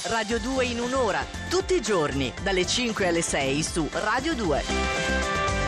Radio 2 in un'ora, tutti i giorni, dalle 5 alle 6 su Radio 2.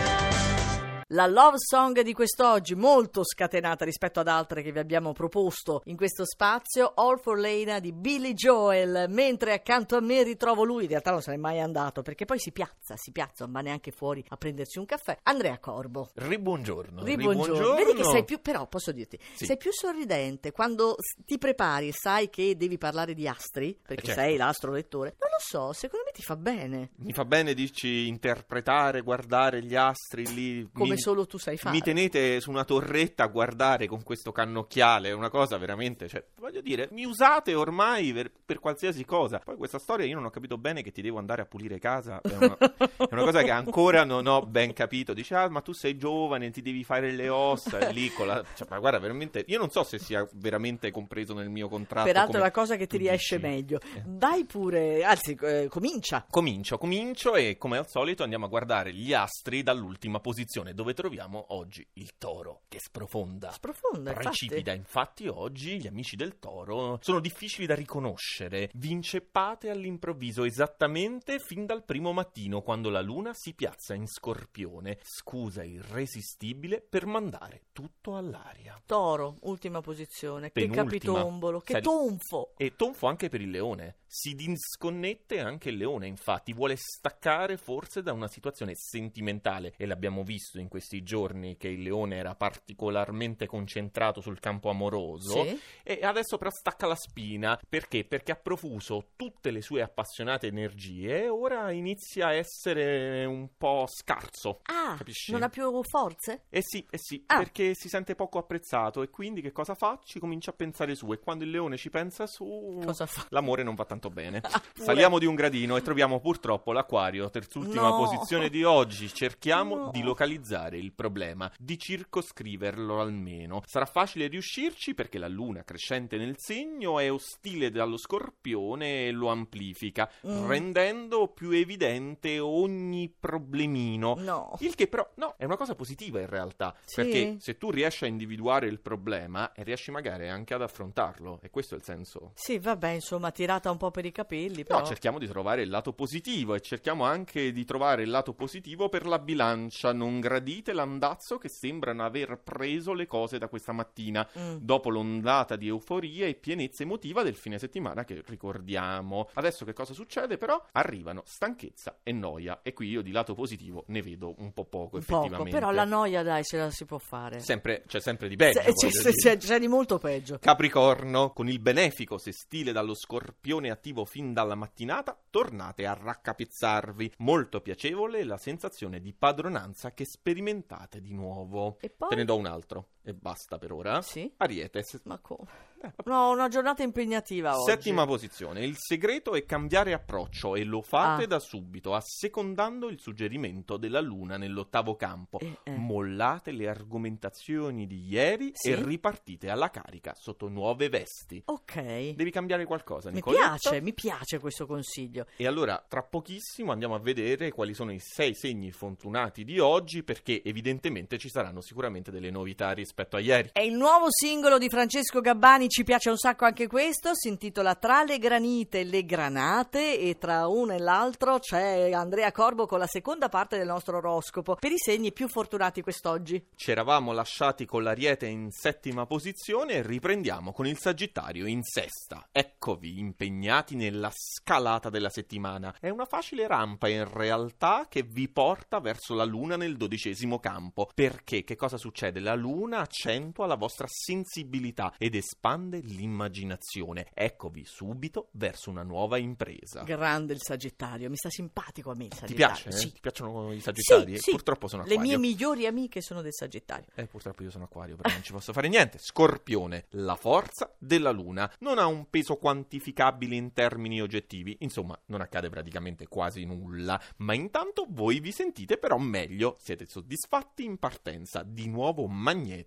La love song di quest'oggi, molto scatenata rispetto ad altre che vi abbiamo proposto in questo spazio, All for Lena di Billy Joel, mentre accanto a me ritrovo lui, in realtà non se n'è mai andato, perché poi si piazza, non va neanche fuori a prenderci un caffè, Andrea Corbo. Ribuongiorno. Vedi che sei più, però posso dirti, sì, sei più sorridente quando ti prepari e sai che devi parlare di astri, perché certo, sei l'astrolettore. Non lo so, secondo me ti fa bene. Mi fa bene, dici, interpretare, guardare gli astri lì. Come solo tu sai fare. Mi tenete su una torretta a guardare con questo cannocchiale, è una cosa veramente, cioè, voglio dire, mi usate ormai per qualsiasi cosa. Poi questa storia io non ho capito bene, che ti devo andare a pulire casa, è una cosa che ancora non ho ben capito. Dice, ma tu sei giovane, ti devi fare le ossa, lì con la... Cioè, ma guarda, veramente, io non so se sia veramente compreso nel mio contratto. Peraltro è la cosa che ti riesce meglio. Dai pure, anzi, comincia. Comincio e come al solito andiamo a guardare gli astri dall'ultima posizione, dove troviamo oggi il Toro, che sprofonda, precipita. Infatti oggi gli amici del Toro sono difficili da riconoscere, vi inceppate all'improvviso, esattamente fin dal primo mattino, quando la luna si piazza in Scorpione, scusa irresistibile per mandare tutto all'aria. Toro, ultima posizione, Penultima. che capitombolo, che tonfo. E tonfo anche per il leone. Si disconnette anche il leone, infatti vuole staccare forse da una situazione sentimentale, e l'abbiamo visto in questi giorni che il leone era particolarmente concentrato sul campo amoroso, sì, e adesso però stacca la spina. Perché? Perché ha profuso tutte le sue appassionate energie e ora inizia a essere un po' scarso. Capisci? Non ha più forze? Eh sì, perché si sente poco apprezzato, e quindi che cosa fa? Ci comincia a pensare su, e quando il leone ci pensa su, cosa fa? L'amore non va tanto bene. Saliamo di un gradino e troviamo purtroppo l'Aquario, terzultima posizione di oggi. Cerchiamo di localizzare il problema, di circoscriverlo almeno. Sarà facile riuscirci perché la luna crescente nel segno è ostile dallo Scorpione e lo amplifica, rendendo più evidente ogni problemino. Il che però, è una cosa positiva in realtà, perché se tu riesci a individuare il problema, riesci magari anche ad affrontarlo, e questo è il senso. Sì, vabbè, insomma, tirata un po' per i capelli, però. No, cerchiamo di trovare il lato positivo, e cerchiamo anche di trovare il lato positivo per la bilancia. Non gradite l'andazzo che sembrano aver preso le cose da questa mattina, dopo l'ondata di euforia e pienezza emotiva del fine settimana che ricordiamo. Adesso che cosa succede però? Arrivano stanchezza e noia, e qui io di lato positivo ne vedo un po' poco, effettivamente. Però la noia, dai, ce la si può fare. C'è sempre di peggio. C'è di molto peggio. Capricorno, con il benefico sestile dallo Scorpione attivo fin dalla mattinata, tornate a raccapezzarvi. Molto piacevole la sensazione di padronanza che sperimentate di nuovo. E poi? Te ne do un altro e basta per ora. Sì? Ariete. Ma come? No, una giornata impegnativa oggi. Settima posizione. Il segreto è cambiare approccio, e lo fate da subito, assecondando il suggerimento della luna nell'ottavo campo. Mollate le argomentazioni di ieri e ripartite alla carica sotto nuove vesti. Ok. Devi cambiare qualcosa, Nicoletta. Mi piace questo consiglio. E allora, tra pochissimo andiamo a vedere quali sono i 6 segni fortunati di oggi, perché evidentemente ci saranno sicuramente delle novità rispetto a ieri. È il nuovo singolo di Francesco Gabbani, ci piace un sacco anche questo, si intitola Tra le granite e le granate, e tra uno e l'altro c'è Andrea Corbo con la seconda parte del nostro oroscopo per i segni più fortunati quest'oggi. Ci eravamo lasciati con l'Ariete in settima posizione e riprendiamo con il Sagittario in sesta. Eccovi impegnati nella scalata della settimana. È una facile rampa in realtà che vi porta verso la luna nel 12° campo. Perché? Che cosa succede? La luna accentua la vostra sensibilità ed espande l'immaginazione. Eccovi subito verso una nuova impresa. Grande il Sagittario, mi sta simpatico a me il Sagittario. Ti piace? Sì. Ti piacciono i Sagittari? Sì. Purtroppo sono Acquario. Le mie migliori amiche sono del Sagittario. Purtroppo io sono Acquario, però non ci posso fare niente. Scorpione, la forza della luna non ha un peso quantificabile in termini oggettivi, insomma non accade praticamente quasi nulla, ma intanto voi vi sentite però meglio, siete soddisfatti in partenza, di nuovo magnetici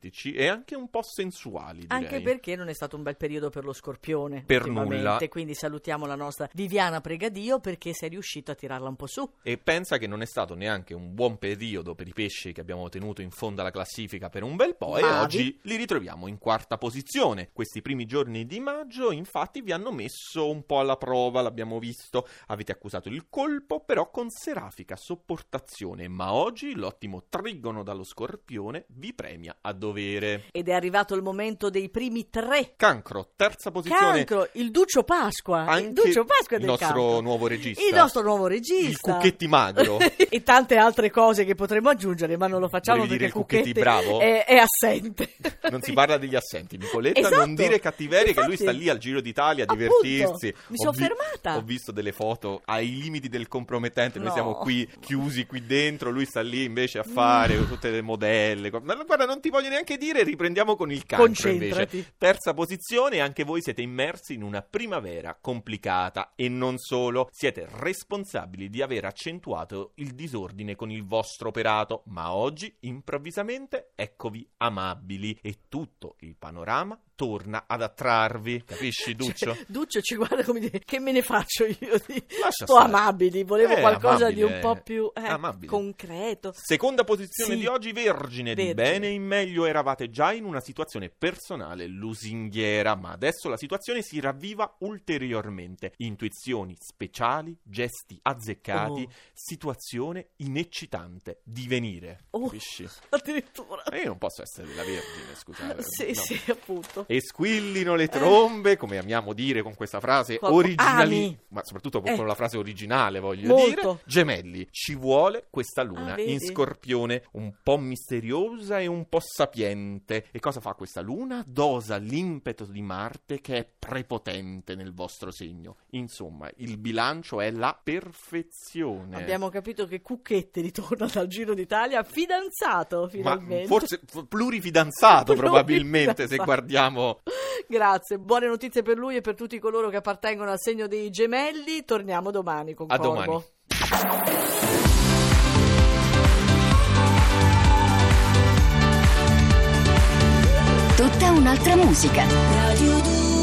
romantici e anche un po' sensuali, direi. Anche perché non è stato un bel periodo per lo Scorpione. Per ultimamente, nulla. quindi salutiamo la nostra Viviana Pregadio perché sei riuscito a tirarla un po' su. E pensa che non è stato neanche un buon periodo per i pesci che abbiamo tenuto in fondo alla classifica per un bel po', e oggi li ritroviamo in quarta posizione. Questi primi giorni di maggio infatti vi hanno messo un po' alla prova, l'abbiamo visto, avete accusato il colpo, però con serafica sopportazione, ma oggi l'ottimo trigono dallo Scorpione vi premia a dovere. Ed è arrivato il momento dei primi 3. Cancro, terza posizione. Cancro, il Duccio Pasqua. Anche il Duccio Pasqua il del nostro Cancro. nuovo regista. Il nostro nuovo regista. Il Cucchetti magro. E tante altre cose che potremmo aggiungere, ma non lo facciamo Volevi perché dire il Cucchetti bravo? È assente. Non si parla degli assenti, Nicoletta, Esatto. non dire cattiverie. Infatti, che lui sta lì al Giro d'Italia a appunto, divertirsi. mi sono fermata. Ho visto delle foto ai limiti del compromettente, noi No. siamo qui chiusi qui dentro, lui sta lì invece a fare tutte le modelle. Ma guarda, non ti voglio neanche dire, riprendiamo con il Cancro invece. Concentrati. Terza posizione, anche voi siete immersi in una primavera complicata e non solo, siete responsabili di aver accentuato il disordine con il vostro operato, ma oggi improvvisamente eccovi amabili e tutto il panorama torna ad attrarvi, capisci Duccio? Cioè, Duccio ci guarda come dire, che me ne faccio io di Lascia sto stare. amabili, volevo qualcosa amabile, di un po' più amabile. concreto. Seconda posizione Sì. di oggi, Vergine. Di bene in meglio, eravate già in una situazione personale lusinghiera, ma adesso la situazione si ravviva ulteriormente. Intuizioni speciali, gesti azzeccati, situazione ineccitante, divenire. Capisci? Addirittura. Io non posso essere la Vergine, scusate. Sì, no. sì, appunto. E squillino le trombe, come amiamo dire con questa frase originali, ami. ma soprattutto con la frase originale, voglio Molto. dire. Gemelli, ci vuole questa luna vedi? in Scorpione, un po' misteriosa e un po' sapiente. E cosa fa questa luna? Dosa l'impeto di Marte che è prepotente nel vostro segno. Insomma, il bilancio è la perfezione. Abbiamo capito che Cucchetti ritorna dal Giro d'Italia fidanzato finalmente. Ma forse plurifidanzato probabilmente, se guardiamo. Grazie, buone notizie per lui e per tutti coloro che appartengono al segno dei Gemelli. Torniamo domani con A Corvo. domani. Tutta un'altra musica. Radio 2